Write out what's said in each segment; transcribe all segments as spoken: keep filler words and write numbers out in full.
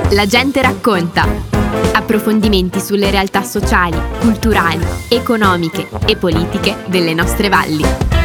La gente racconta. Approfondimenti sulle realtà sociali, culturali, economiche e politiche delle nostre valli.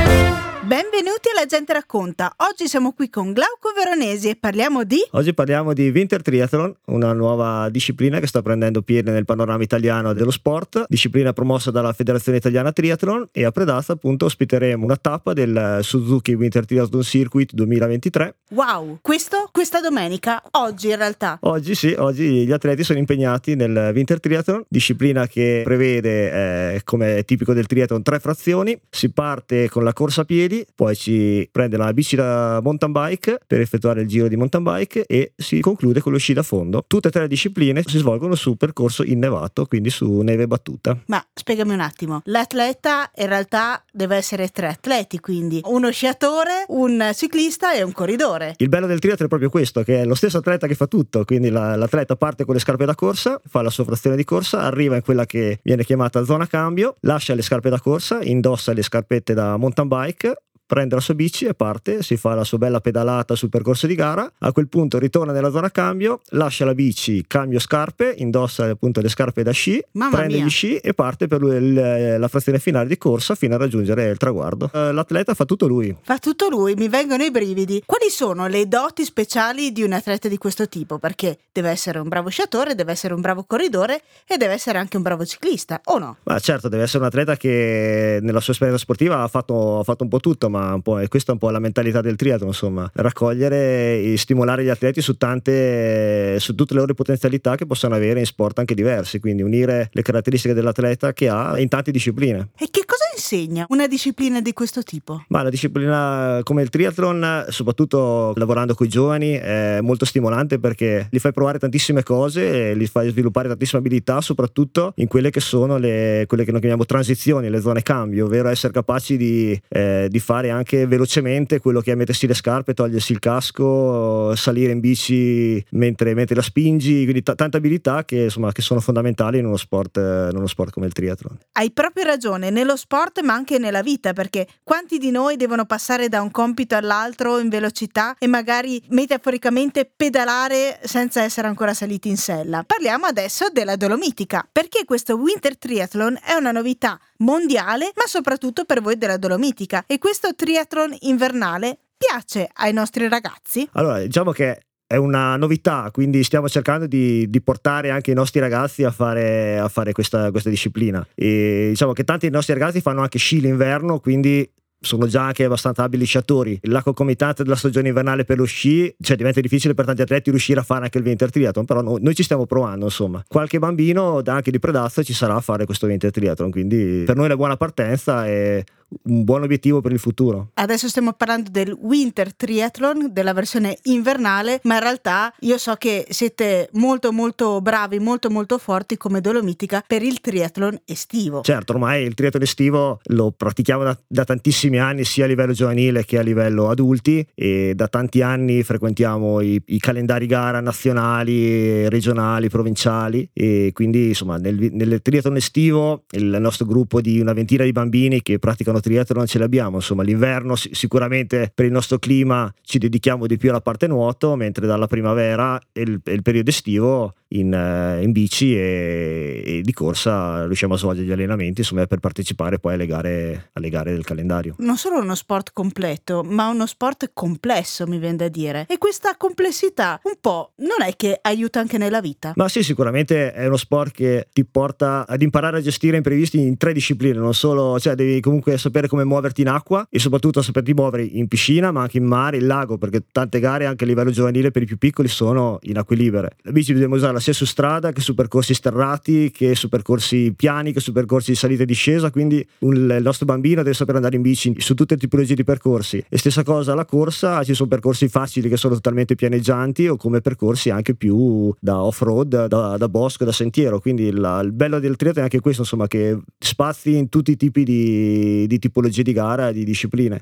Benvenuti alla Gente Racconta. Oggi siamo qui con Glauco Veronesi e parliamo di... Oggi parliamo di Winter Triathlon, una nuova disciplina che sta prendendo piede nel panorama italiano dello sport, disciplina promossa dalla Federazione Italiana Triathlon, e a Predazza appunto ospiteremo una tappa del Suzuki Winter Triathlon Circuit duemilaventitré. Wow, questo questa domenica, oggi in realtà. Oggi sì, oggi gli atleti sono impegnati nel Winter Triathlon, disciplina che prevede, eh, come è tipico del triathlon, tre frazioni. Si parte con la corsa a piedi, poi si prende la bici da mountain bike per effettuare il giro di mountain bike e si conclude con lo sci da fondo. Tutte e tre le discipline si svolgono su percorso innevato, quindi su neve battuta. Ma spiegami un attimo, l'atleta in realtà deve essere tre atleti, quindi uno sciatore, un ciclista e un corridore. Il bello del triathlon è proprio questo, che è lo stesso atleta che fa tutto, quindi la, l'atleta parte con le scarpe da corsa, fa la sua frazione di corsa, arriva in quella che viene chiamata zona cambio, lascia le scarpe da corsa, indossa le scarpette da mountain bike, prende la sua bici e parte, si fa la sua bella pedalata sul percorso di gara. A quel punto ritorna nella zona cambio, lascia la bici, cambio scarpe, indossa appunto le scarpe da sci, Mamma prende mia. gli sci e parte per lui il- la frazione finale di corsa fino a raggiungere il traguardo. Eh, L'atleta fa tutto lui. Fa tutto lui, mi vengono i brividi. Quali sono le doti speciali di un atleta di questo tipo? Perché deve essere un bravo sciatore, deve essere un bravo corridore e deve essere anche un bravo ciclista, o no? Ma certo, deve essere un atleta che nella sua esperienza sportiva ha fatto, ha fatto un po' tutto, ma un po', e questa è un po' la mentalità del triathlon, insomma, raccogliere e stimolare gli atleti su tante, su tutte le loro potenzialità che possono avere in sport anche diversi, quindi unire le caratteristiche dell'atleta che ha in tante discipline. E che cosa insegna una disciplina di questo tipo? Ma la disciplina come il triathlon, soprattutto lavorando con i giovani, è molto stimolante perché li fai provare tantissime cose e li fai sviluppare tantissime abilità, soprattutto in quelle che sono le, quelle che noi chiamiamo transizioni, le zone cambio, ovvero essere capaci di, eh, di fare anche velocemente quello che è mettersi le scarpe, togliersi il casco, salire in bici mentre, mentre la spingi, quindi t- tante abilità che, insomma, che sono fondamentali in uno sport, eh, in uno sport come il triathlon. Hai proprio ragione, nello sport ma anche nella vita, perché quanti di noi devono passare da un compito all'altro in velocità e magari metaforicamente pedalare senza essere ancora saliti in sella. Parliamo adesso della Dolomitica, perché questo Winter Triathlon è una novità mondiale, ma soprattutto per voi della Dolomitica, e questo triathlon invernale piace ai nostri ragazzi? Allora, diciamo che è una novità, quindi stiamo cercando di, di portare anche i nostri ragazzi a fare, a fare questa, questa disciplina. E diciamo che tanti dei nostri ragazzi fanno anche sci l'inverno, quindi sono già anche abbastanza abili sciatori. La concomitanza della stagione invernale per lo sci, cioè diventa difficile per tanti atleti riuscire a fare anche il Winter Triathlon, però noi, noi ci stiamo provando, insomma. Qualche bambino anche di Predazza ci sarà a fare questo Winter Triathlon, quindi per noi è una buona partenza e un buon obiettivo per il futuro. Adesso stiamo parlando del Winter Triathlon, della versione invernale, ma in realtà io so che siete molto molto bravi, molto molto forti come Dolomitica per il triathlon estivo. Certo, ormai il triathlon estivo lo pratichiamo da, da tantissimi anni, sia a livello giovanile che a livello adulti, e da tanti anni frequentiamo i, i calendari gara nazionali, regionali, provinciali, e quindi insomma nel, nel triathlon estivo il nostro gruppo di una ventina di bambini che praticano triathlon ce l'abbiamo. Insomma, l'inverno sicuramente per il nostro clima ci dedichiamo di più alla parte nuoto, mentre dalla primavera e il, e il periodo estivo in, in bici e, e di corsa riusciamo a svolgere gli allenamenti, insomma, per partecipare poi alle gare, alle gare del calendario. Non solo uno sport completo, ma uno sport complesso, mi viene da dire. E questa complessità un po' non è che aiuta anche nella vita? Ma sì, sicuramente è uno sport che ti porta ad imparare a gestire imprevisti in tre discipline, non solo, cioè devi comunque sapere come muoverti in acqua e soprattutto saperti muovere in piscina, ma anche in mare, in lago, perché tante gare anche a livello giovanile per i più piccoli sono in acque libere. La bici dobbiamo usarla sia su strada che su percorsi sterrati, che su percorsi piani, che su percorsi di salita e discesa, quindi un, il nostro bambino deve sapere andare in bici su tutte le tipologie di percorsi. E stessa cosa alla corsa, ci sono percorsi facili che sono totalmente pianeggianti o come percorsi anche più da off-road, da, da bosco, da sentiero, quindi la, il bello del triathlon è anche questo, insomma, che spazi in tutti i tipi di, di tipologie di gara e di discipline. E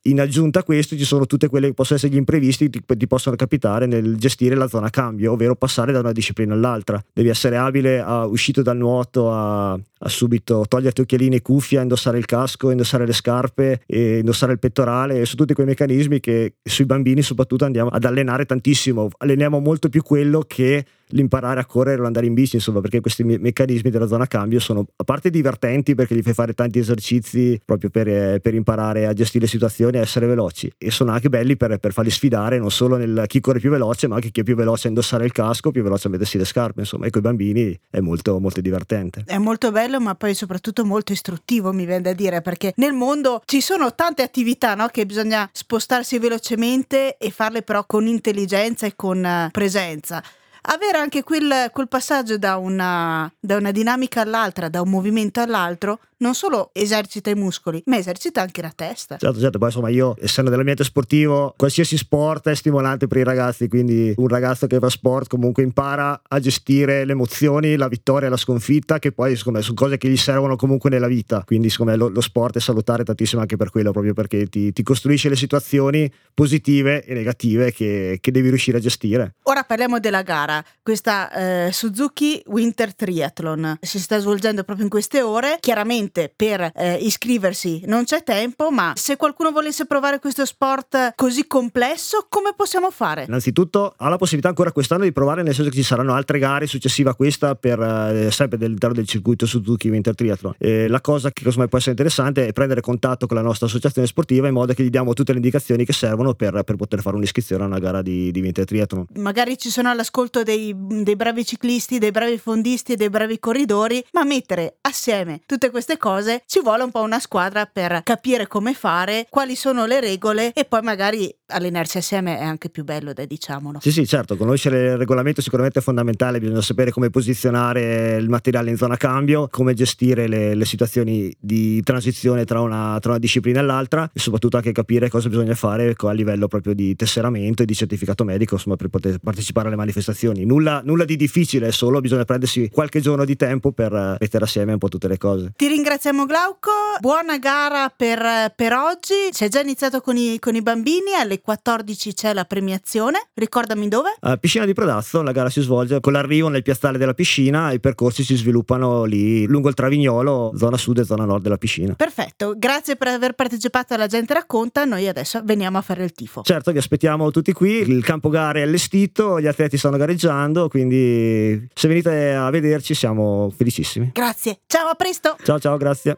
in aggiunta a questo ci sono tutte quelle che possono essere gli imprevisti che ti, ti possono capitare nel gestire la zona cambio, ovvero passare da una disciplina all'altra. Devi essere abile a, uscito dal nuoto, a, a subito toglierti occhialini e cuffia, indossare il casco, indossare le scarpe e indossare il pettorale, e su tutti quei meccanismi che sui bambini soprattutto andiamo ad allenare tantissimo. Alleniamo molto più quello che l'imparare a correre o andare in bici, insomma, perché questi me- meccanismi della zona cambio sono a parte divertenti perché gli fai fare tanti esercizi proprio per, eh, per imparare a gestire le situazioni e essere veloci, e sono anche belli per, per farli sfidare non solo nel chi corre più veloce, ma anche chi è più veloce a indossare il casco, più veloce a mettersi le scarpe, insomma, e con i bambini è molto molto divertente. È molto bello, ma poi soprattutto molto istruttivo, mi viene da dire, perché nel mondo ci sono tante attività, no, che bisogna spostarsi velocemente e farle però con intelligenza e con uh, presenza. Avere anche quel, quel passaggio da una, da una dinamica all'altra, da un movimento all'altro, non solo esercita i muscoli, ma esercita anche la testa. Certo, certo, poi insomma io, essendo nell'ambiente sportivo, qualsiasi sport è stimolante per i ragazzi, quindi un ragazzo che fa sport comunque impara a gestire le emozioni, la vittoria e la sconfitta, che poi insomma, sono cose che gli servono comunque nella vita, quindi insomma, lo, lo sport è salutare tantissimo anche per quello, proprio perché ti, ti costruisce le situazioni positive e negative che, che devi riuscire a gestire. Ora parliamo della gara, questa eh, Suzuki Winter Triathlon si sta svolgendo proprio in queste ore. Chiaramente per eh, iscriversi non c'è tempo, ma se qualcuno volesse provare questo sport così complesso, come possiamo fare? Innanzitutto ha la possibilità ancora quest'anno di provare, nel senso che ci saranno altre gare successive a questa per eh, sempre all'interno del circuito Suzuki Winter Triathlon. E la cosa che secondo me può essere interessante è prendere contatto con la nostra associazione sportiva in modo che gli diamo tutte le indicazioni che servono per, per poter fare un'iscrizione a una gara di, di Winter Triathlon. Magari ci sono all'ascolto dei, dei bravi ciclisti, dei bravi fondisti, dei bravi corridori, ma mettere assieme tutte queste cose ci vuole un po' una squadra per capire come fare, quali sono le regole, e poi magari allenarsi assieme è anche più bello, dai, diciamolo. Sì sì, certo, conoscere il regolamento sicuramente è fondamentale, bisogna sapere come posizionare il materiale in zona cambio, come gestire le, le situazioni di transizione tra una, tra una disciplina e l'altra, e soprattutto anche capire cosa bisogna fare a livello proprio di tesseramento e di certificato medico, insomma, per poter partecipare alle manifestazioni. Nulla, nulla di difficile, solo bisogna prendersi qualche giorno di tempo per mettere assieme un po' tutte le cose. Ti ringraziamo Glauco, buona gara per, per oggi. Si è già iniziato con i, con i bambini, alle quattordici c'è la premiazione, ricordami dove? A Piscina di Predazzo, la gara si svolge con l'arrivo nel piazzale della piscina e i percorsi si sviluppano lì lungo il Travignolo, zona sud e zona nord della piscina. Perfetto, grazie per aver partecipato alla Gente Racconta, noi adesso veniamo a fare il tifo. Certo, vi aspettiamo tutti qui, il campo gare è allestito, gli atleti stanno gareggiando, quindi se venite a vederci siamo felicissimi. Grazie, ciao, a presto! Ciao ciao, grazie.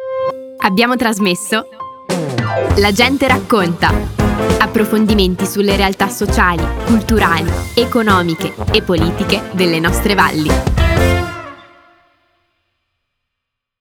Abbiamo trasmesso La Gente Racconta. Approfondimenti sulle realtà sociali, culturali, economiche e politiche delle nostre valli.